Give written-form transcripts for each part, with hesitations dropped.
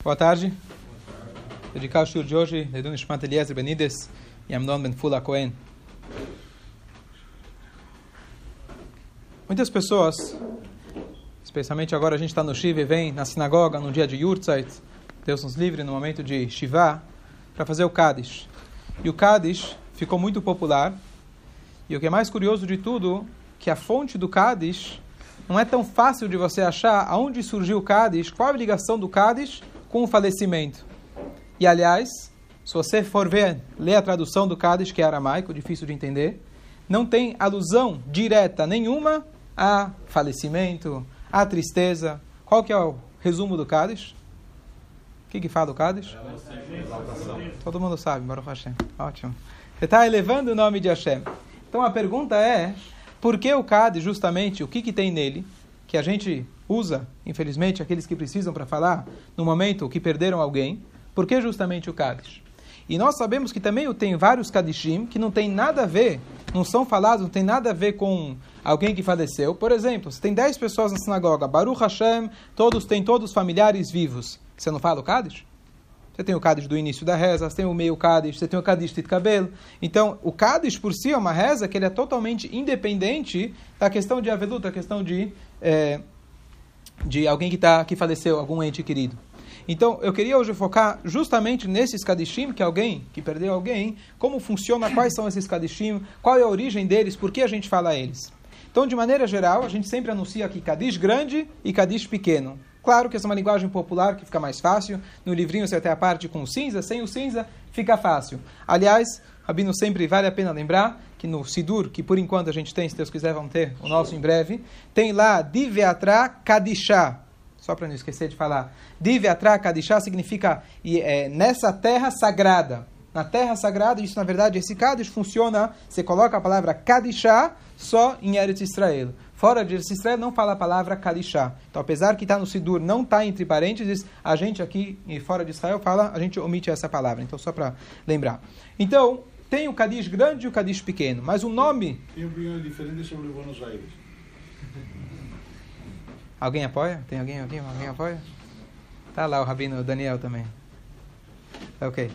Boa tarde. Dedicar o shiur de hoje, Leidun Nishmat Eliezer Benides e Amnon Ben Fula Cohen. Muitas pessoas, especialmente agora a gente está no Shiva e vem na sinagoga no dia de Yurtzeit, Deus nos livre, no momento de Shiva, para fazer o Kaddish. E o Kaddish ficou muito popular. E o que é mais curioso de tudo, que a fonte do Kaddish não é tão fácil de você achar aonde surgiu o Kaddish, qual a ligação do Kaddish com o falecimento. E, aliás, se você for ler a tradução do Kaddish, que é aramaico, difícil de entender, não tem alusão direta nenhuma a falecimento, a tristeza. Qual que é o resumo do Kaddish? O que fala o Kaddish? Todo mundo sabe, Baruch Hashem. Ótimo. Você está elevando o nome de Hashem. Então a pergunta é, por que o Kaddish, justamente, o que tem nele, que a gente usa, infelizmente, aqueles que precisam para falar no momento que perderam alguém, por que justamente o Kaddish? E nós sabemos que também tem vários Kaddishim que não tem nada a ver, não são falados, não tem nada a ver com alguém que faleceu. Por exemplo, se tem 10 pessoas na sinagoga, Baruch Hashem, têm todos familiares vivos, você não fala o Kaddish? Você tem o Kaddish do início da reza, você tem o meio Kaddish, você tem o Kaddish de cabelo. Então, o Kaddish por si é uma reza que ele é totalmente independente da questão de Avelut, da questão de alguém que faleceu, algum ente querido. Então, eu queria hoje focar justamente nesses Kaddishim, que alguém que perdeu alguém, como funciona, quais são esses Kaddishim, qual é a origem deles, por que a gente fala eles. Então, de maneira geral, a gente sempre anuncia aqui Kaddish grande e Kaddish pequeno. Claro que essa é uma linguagem popular que fica mais fácil. No livrinho você tem a parte com o cinza, sem o cinza fica fácil. Aliás, Rabino, sempre vale a pena lembrar que no Sidur, que por enquanto a gente tem, se Deus quiser vamos ter o nosso em breve, tem lá Diveatra Kadishá. Só para não esquecer de falar. Diveatra Kadishá significa nessa terra sagrada. Na terra sagrada, isso na verdade, esse Kaddish funciona, você coloca a palavra Kadishá só em Eretz Israel. Fora de Eretz Israel não fala a palavra Kadishá. Então, apesar que está no Sidur, não está entre parênteses, a gente aqui, fora de Israel, a gente omite essa palavra. Então, só para lembrar. Então, tem o Kaddish grande e o Kaddish pequeno, mas o nome... Tem opiniões diferentes sobre Buenos Aires. Alguém apoia? Tem alguém apoia? Tá lá o Rabino Daniel também. Ok.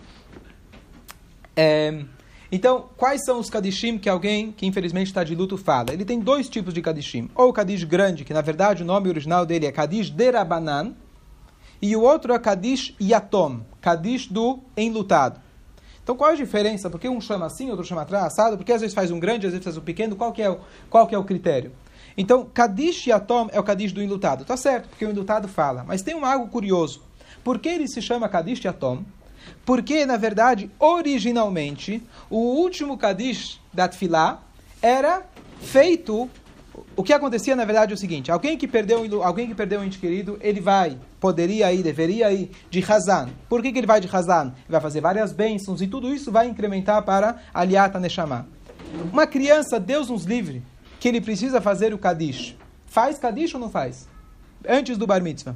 Então, quais são os Kaddishim que alguém que infelizmente está de luto fala? Ele tem 2 tipos de Kaddishim. Ou o Kaddish grande, que na verdade o nome original dele é Kaddish Derabanan, e o outro é Kaddish Yatom, Kaddish do enlutado. Então, qual é a diferença? Por que um chama assim, outro chama assado? Porque às vezes faz um grande, às vezes faz um pequeno. Qual que é o critério? Então, Kaddish Yatom é o Kaddish do enlutado. Tá certo, porque o enlutado fala. Mas tem algo curioso. Por que ele se chama Kaddish Yatom? Porque, na verdade, originalmente, o último Kaddish da Tfilá era feito... O que acontecia, na verdade, é o seguinte. Alguém que perdeu um ente querido, ele deveria ir de Hazan. Por que ele vai de Hazan? Ele vai fazer várias bênçãos e tudo isso vai incrementar para Aliyat HaNeshama. Uma criança, Deus nos livre, que ele precisa fazer o Kaddish. Faz Kaddish ou não faz? Antes do Bar Mitzvah.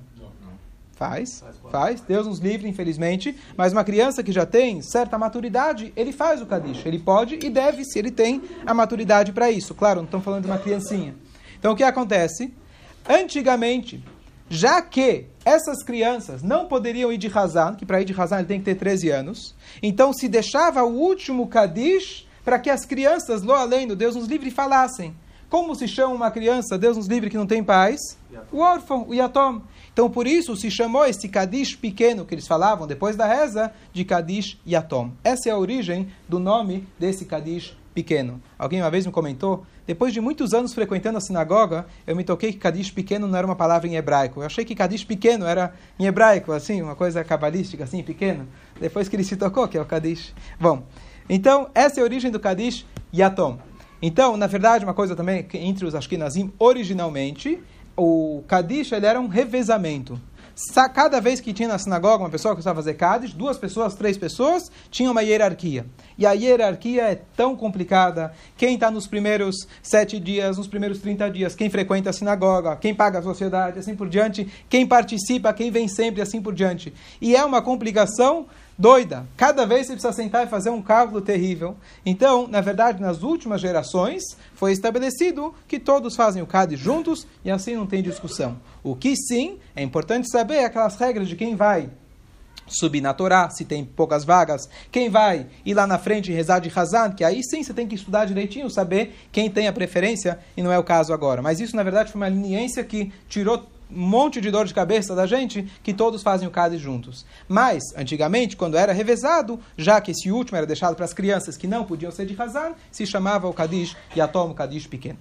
Faz. Deus nos livre, infelizmente. Mas uma criança que já tem certa maturidade, ele faz o Kaddish. Ele pode e deve, se ele tem a maturidade para isso. Claro, não estamos falando de uma criancinha. Então, o que acontece? Antigamente, já que essas crianças não poderiam ir de Hazan, que para ir de Hazan ele tem que ter 13 anos, então se deixava o último Kaddish para que as crianças, lo além do Deus nos livre, falassem. Como se chama uma criança, Deus nos livre, que não tem pais? O órfão, o Yatom. Então, por isso, se chamou esse Kaddish pequeno, que eles falavam depois da reza, de Kaddish Yatom. Essa é a origem do nome desse Kaddish pequeno. Alguém uma vez me comentou, depois de muitos anos frequentando a sinagoga, eu me toquei que Kaddish pequeno não era uma palavra em hebraico. Eu achei que Kaddish pequeno era em hebraico, assim, uma coisa cabalística, assim, pequeno. Depois que ele se tocou, que é o Kaddish. Bom, então, essa é a origem do Kaddish Yatom. Então, na verdade, uma coisa também, que entre os Ashkenazim, originalmente, o Kaddish ele era um revezamento. Cada vez que tinha na sinagoga uma pessoa que precisava fazer Kaddish, 2 pessoas, 3 pessoas, tinha uma hierarquia. E a hierarquia é tão complicada. Quem está nos primeiros 7 dias, nos primeiros 30 dias, quem frequenta a sinagoga, quem paga a sociedade, assim por diante, quem participa, quem vem sempre, assim por diante. E é uma complicação doida. Cada vez você precisa sentar e fazer um cálculo terrível. Então, na verdade, nas últimas gerações, foi estabelecido que todos fazem o Kaddish juntos e assim não tem discussão. O que sim, é importante saber aquelas regras de quem vai subir na Torá, se tem poucas vagas, quem vai ir lá na frente e rezar de Hazan, que aí sim você tem que estudar direitinho, saber quem tem a preferência, e não é o caso agora. Mas isso, na verdade, foi uma leniência que tirou um monte de dor de cabeça da gente, que todos fazem o Kaddish juntos. Mas, antigamente, quando era revezado, já que esse último era deixado para as crianças que não podiam ser de Hazan, se chamava o Kaddish Yatom, o Kaddish pequeno.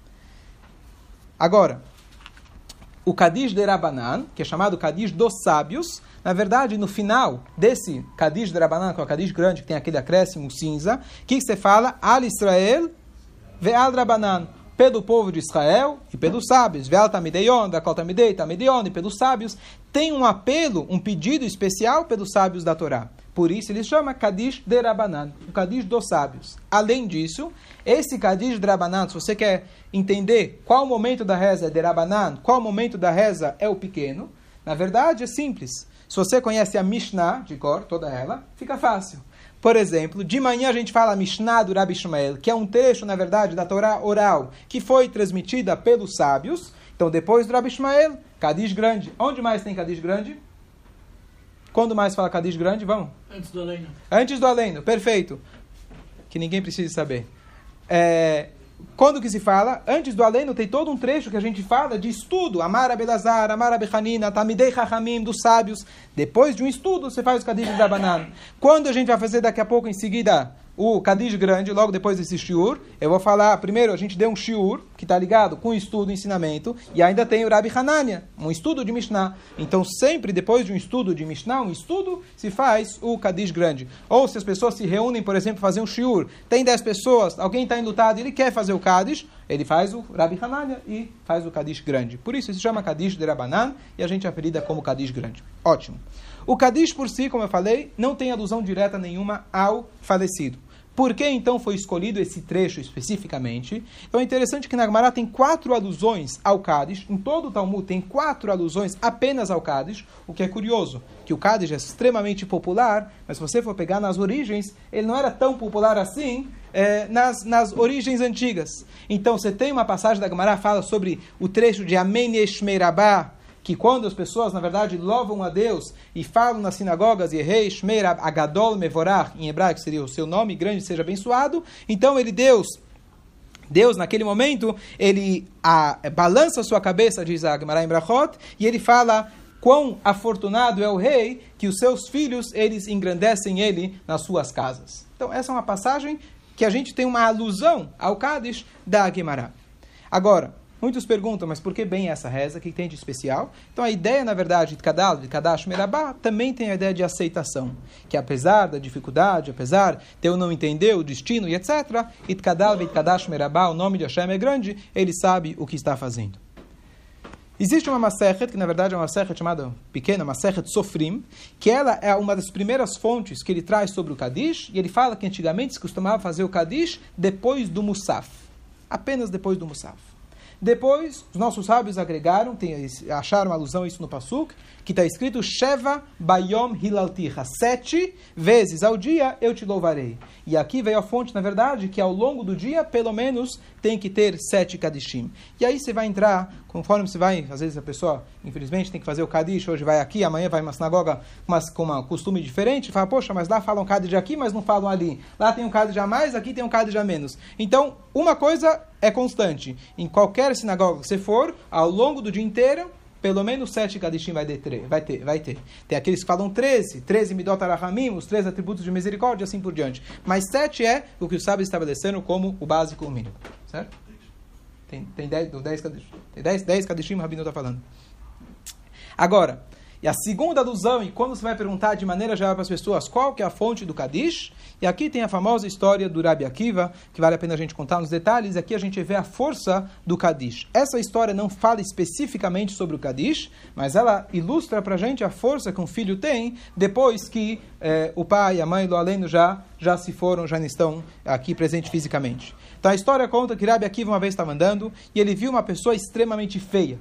Agora, o Kaddish de Rabanan, que é chamado Kaddish dos sábios, na verdade, no final desse Kaddish de Rabanan, que é o Kaddish grande, que tem aquele acréscimo cinza, o que você fala? Al Israel ve'al Rabanan. Pelo povo de Israel e pelos sábios. Ve'al Tamideion, ve'al Tamidei, Tamideion, e pelos sábios. Tem um apelo, um pedido especial pelos sábios da Torá. Por isso ele chama Kaddish de Rabanan, o Kaddish dos sábios. Além disso, esse Kaddish de Rabanan, se você quer entender qual o momento da reza é de Rabanan, qual o momento da reza é o pequeno, na verdade é simples. Se você conhece a Mishnah, de cor, toda ela, fica fácil. Por exemplo, de manhã a gente fala a Mishnah do Rabi Ishmael, que é um trecho, na verdade, da Torá oral, que foi transmitida pelos sábios. Então, depois do Rabi Ishmael, Kaddish grande. Onde mais tem Kaddish grande? Quando mais fala Kaddish grande? Vamos? Antes do Aleno. Antes do Aleno, perfeito. Que ninguém precisa saber. Quando que se fala? Antes do Aleno tem todo um trecho que a gente fala de estudo. Amar Abelazar, Amar Abechanina, Tamidei Chachamim, dos sábios. Depois de um estudo, você faz o Kaddish de Rabanan. Quando a gente vai fazer daqui a pouco, em seguida, o Kaddish grande, logo depois desse shiur, eu vou falar, primeiro a gente deu um shiur, que está ligado com o estudo, ensinamento, e ainda tem o Rabi Hanania, um estudo de Mishnah. Então, sempre depois de um estudo de Mishnah, um estudo, se faz o Kaddish grande. Ou se as pessoas se reúnem, por exemplo, fazer um shiur, tem 10 pessoas, alguém está enlutado, ele quer fazer o Kaddish, ele faz o Rabi Hanania e faz o Kaddish grande. Por isso, se chama Kaddish de Rabanan, e a gente apelida como Kaddish grande. Ótimo. O Kaddish por si, como eu falei, não tem alusão direta nenhuma ao falecido. Por que então foi escolhido esse trecho especificamente? Então é interessante que na Gemara tem 4 alusões ao Kaddish, em todo o Talmud tem 4 alusões apenas ao Kaddish, o que é curioso, que o Kaddish é extremamente popular, mas se você for pegar nas origens, ele não era tão popular assim nas origens antigas. Então você tem uma passagem da Gemara que fala sobre o trecho de Amen Yeshmei Rabbah, que quando as pessoas, na verdade, louvam a Deus e falam nas sinagogas, Yehei Shmei Agadol Mevorach, em hebraico seria o seu nome, grande seja abençoado, então Deus, naquele momento, ele balança a sua cabeça, diz a Gemara em Brachot, e ele fala quão afortunado é o rei que os seus filhos, eles engrandecem ele nas suas casas. Então, essa é uma passagem que a gente tem uma alusão ao Kaddish da Gemara. Agora, muitos perguntam, mas por que bem essa reza? O que tem de especial? Então a ideia, na verdade, de Kadash Merabah, também tem a ideia de aceitação. Que apesar da dificuldade, apesar de eu não entender o destino e etc., Itkadal Kadash Merabah, o nome de Hashem é grande, ele sabe o que está fazendo. Existe uma Masechet, que na verdade é uma Masechet chamada pequena, Masechet Sofrim, que ela é uma das primeiras fontes que ele traz sobre o Kaddish, e ele fala que antigamente se costumava fazer o Kaddish depois do Musaf. Apenas depois do Musaf. Depois, os nossos sábios agregaram, acharam alusão a isso no Pasuk, que está escrito Sheva Bayom Hilalticha, 7 vezes ao dia eu te louvarei. E aqui veio a fonte, na verdade, que ao longo do dia, pelo menos, tem que ter 7 Kadishim. E aí você vai entrar, conforme você vai, às vezes a pessoa, infelizmente, tem que fazer o Kadish, hoje vai aqui, amanhã vai em uma sinagoga com um costume diferente, fala, poxa, mas lá falam Kadish aqui, mas não falam ali. Lá tem um Kadish a mais, aqui tem um Kadish a menos. Então, uma coisa é constante. Em qualquer sinagoga que você for, ao longo do dia inteiro, pelo menos 7 Kadishim vai ter. Tem aqueles que falam 13 Midot Arahamim, os 13 atributos de misericórdia, assim por diante. Mas 7 é o que os sábios estabeleceram como o básico, o mínimo. Certo? Tem 10 Kadishim. Tem 10 Kadishim, o Rabino está falando. Agora, e a segunda alusão, e quando você vai perguntar de maneira geral para as pessoas qual que é a fonte do Kadish, e aqui tem a famosa história do Rabi Akiva, que vale a pena a gente contar nos detalhes, e aqui a gente vê a força do Kadish. Essa história não fala especificamente sobre o Kadish, mas ela ilustra para a gente a força que um filho tem depois que o pai e a mãe, lo aleno, já se foram, já não estão aqui presentes fisicamente. Então a história conta que Rabi Akiva uma vez estava andando e ele viu uma pessoa extremamente feia.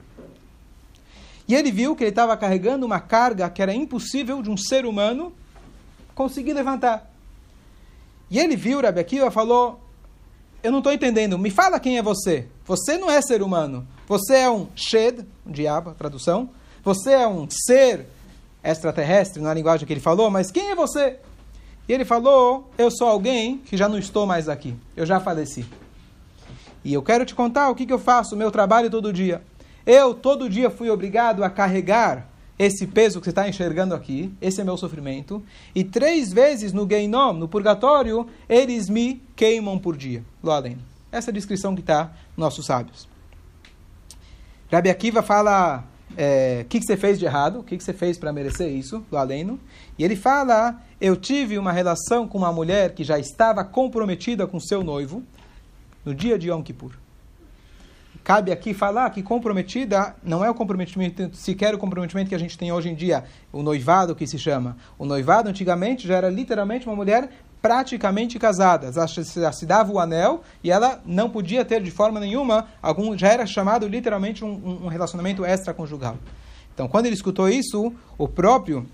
E ele viu que ele estava carregando uma carga que era impossível de um ser humano conseguir levantar. E ele viu, Rabi Akiva falou, eu não estou entendendo, me fala quem é você. Você não é ser humano. Você é um shed, um diabo, a tradução. Você é um ser extraterrestre, na linguagem que ele falou, mas quem é você? E ele falou, eu sou alguém que já não estou mais aqui, eu já faleci. E eu quero te contar o que eu faço, o meu trabalho todo dia. Eu, todo dia, fui obrigado a carregar esse peso que você está enxergando aqui, esse é meu sofrimento, e 3 vezes no Geinom, no purgatório, eles me queimam por dia. Lá além. Essa é a descrição que está nos nossos sábios. Rabi Akiva fala, o que você fez de errado, o que você fez para merecer isso, lá além. E ele fala, eu tive uma relação com uma mulher que já estava comprometida com seu noivo, no dia de Yom Kippur. Cabe aqui falar que comprometida não é o comprometimento, sequer o comprometimento que a gente tem hoje em dia, o noivado que se chama. O noivado antigamente já era literalmente uma mulher praticamente casada. Já se dava o anel e ela não podia ter de forma nenhuma, já era chamado literalmente um relacionamento extraconjugal. Então quando ele escutou isso, o próprio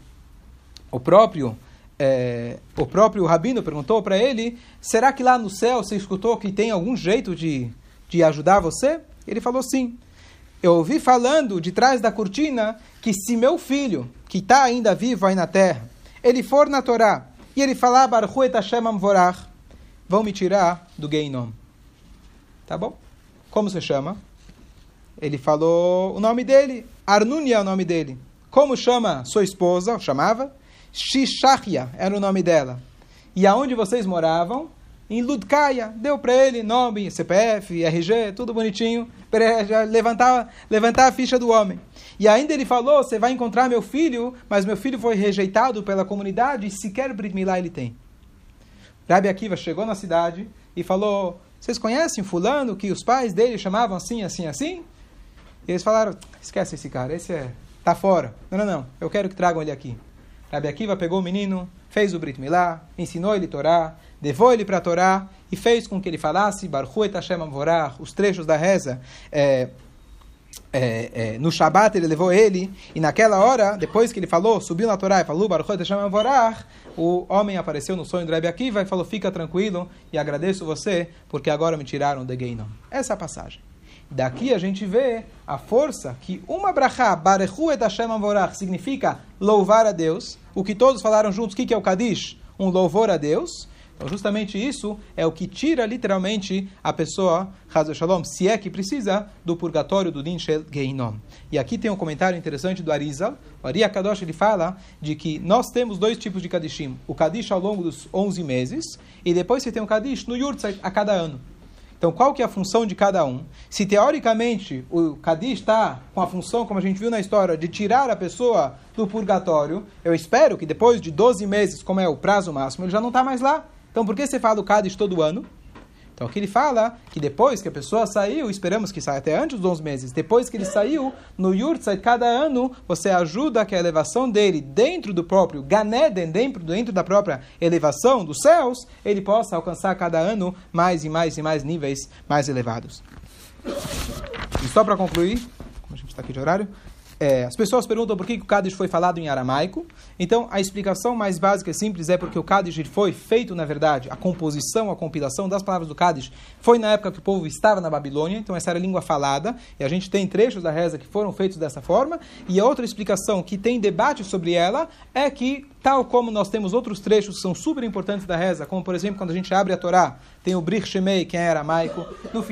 rabino perguntou para ele, será que lá no céu você escutou que tem algum jeito de ajudar você? Ele falou sim. Eu ouvi falando de trás da cortina que se meu filho, que está ainda vivo aí na terra, ele for na Torá e ele falar Baruch et Hashem Amvorach, vão me tirar do Geinom. Tá bom? Como se chama? Ele falou o nome dele. Arnunia é o nome dele. Como chama sua esposa? Chamava? Shishachia era o nome dela. E aonde vocês moravam? Em Ludkaya. Deu para ele nome, CPF, RG, tudo bonitinho, para já levantar a ficha do homem. E ainda ele falou, você vai encontrar meu filho, mas meu filho foi rejeitado pela comunidade e sequer Brit Milá ele tem. Rabi Akiva chegou na cidade e falou, vocês conhecem fulano que os pais dele chamavam assim, assim, assim? E eles falaram, esquece esse cara, tá fora. Não, eu quero que tragam ele aqui. Rabi Akiva pegou o menino, fez o Brit Milá, ensinou ele Torá, levou ele para a Torá e fez com que ele falasse Baruch et Hashem Amvorach, os trechos da reza. No Shabat ele levou ele, e naquela hora, depois que ele falou, subiu na Torá e falou Baruch et Hashem Amvorach, o homem apareceu no sonho do Rabi Akiva e falou, fica tranquilo e agradeço você, porque agora me tiraram de Geinom. Essa é a passagem. Daqui a gente vê a força que uma brachá, Baruch et Hashem Amvorach, significa louvar a Deus, o que todos falaram juntos, o que é o Kadish? Um louvor a Deus. Então, justamente isso é o que tira literalmente a pessoa, Chaz Shalom, se é que precisa, do purgatório do Din Shel Geinom. E aqui tem um comentário interessante do Arizal. O Ari HaKadosh, ele fala de que nós temos 2 tipos de Kadishim. O Kadish ao longo dos 11 meses, e depois você tem o Kadish no Yurtzeit, a cada ano. Então, qual que é a função de cada um? Se, teoricamente, o Kadish está com a função, como a gente viu na história, de tirar a pessoa do purgatório, eu espero que depois de 12 meses, como é o prazo máximo, ele já não está mais lá. Então, por que você fala o Kadish todo ano? Então, aqui ele fala que depois que a pessoa saiu, esperamos que saia até antes dos 11 meses, depois que ele saiu, no Yurtzeit, cada ano, você ajuda que a elevação dele dentro do próprio Ganeden, dentro da própria elevação dos céus, ele possa alcançar cada ano mais e mais e mais níveis mais elevados. E só para concluir, como a gente está aqui de horário, as pessoas perguntam por que o Kadish foi falado em aramaico. Então, a explicação mais básica e simples é porque o Kadish foi feito, na verdade, a composição, a compilação das palavras do Kadish foi na época que o povo estava na Babilônia, então essa era a língua falada, e a gente tem trechos da reza que foram feitos dessa forma, e a outra explicação que tem debate sobre ela é que, tal como nós temos outros trechos que são super importantes da reza, como, por exemplo, quando a gente abre a Torá, tem o Brich Shemei, que é aramaico, no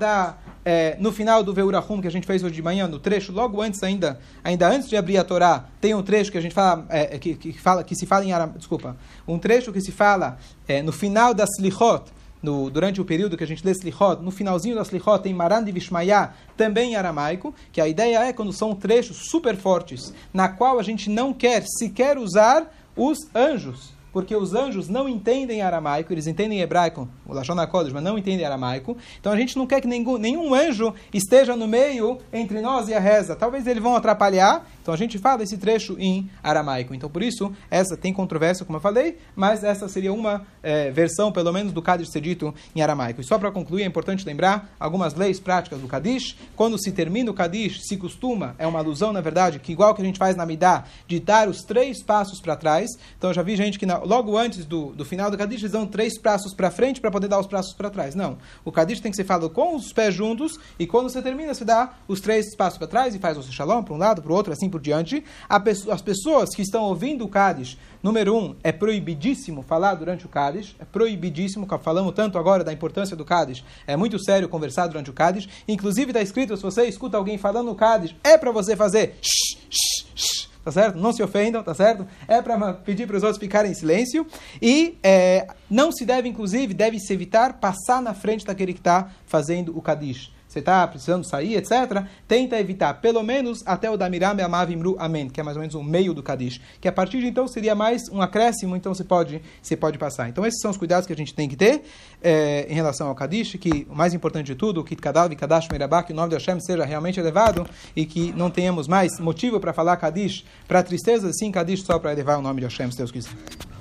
final do Veurahum, que a gente fez hoje de manhã, no trecho, logo antes ainda antes de abrir a Torá, tem um trecho que a gente fala, que se fala em aramaico, um trecho que se fala no final da Slichot, durante o período que a gente lê Slichot, no finalzinho da Slichot tem Maran de Vishmaya, também em aramaico, que a ideia é quando são trechos super fortes, na qual a gente não quer sequer usar os anjos, porque os anjos não entendem aramaico, eles entendem hebraico, o Lashon HaKodesh, mas não entendem aramaico. Então a gente não quer que nenhum anjo esteja no meio entre nós e a reza. Talvez eles vão atrapalhar. Então a gente fala esse trecho em aramaico. Então por isso, essa tem controvérsia, como eu falei, mas essa seria uma versão, pelo menos, do Kadish ser dito em aramaico. E só para concluir, é importante lembrar algumas leis práticas do Kadish. Quando se termina o Kadish, se costuma, é uma alusão, na verdade, que igual que a gente faz na Midá, de dar os 3 passos para trás. Então eu já vi gente que logo antes do final do Kadish, eles dão 3 passos para frente para poder dar os braços para trás. Não. O Kadish tem que ser falado com os pés juntos, e quando você termina, você dá os 3 passos para trás e faz o Shalom para um lado, para o outro, assim por diante. As pessoas que estão ouvindo o Kadish, número 1, é proibidíssimo falar durante o Kadish, é proibidíssimo, falamos tanto agora da importância do Kadish, é muito sério conversar durante o Kadish, inclusive está escrito, se você escuta alguém falando o Kadish, é para você fazer shh, shh, shh, tá certo? Não se ofendam, tá certo? É para pedir para os outros ficarem em silêncio, e não se deve, inclusive, deve-se evitar passar na frente daquele que está fazendo o Kadish. Você está precisando sair, etc., tenta evitar, pelo menos até o Damiram Be'amav Imru Amen, que é mais ou menos o meio do Kadish, que a partir de então seria mais um acréscimo, então você pode passar. Então esses são os cuidados que a gente tem que ter em relação ao Kadish, que o mais importante de tudo, que Kadav e Kadash Meirabah, que o nome de Hashem seja realmente elevado e que não tenhamos mais motivo para falar Kadish para tristeza, sim Kadish só para elevar o nome de Hashem, se Deus quiser.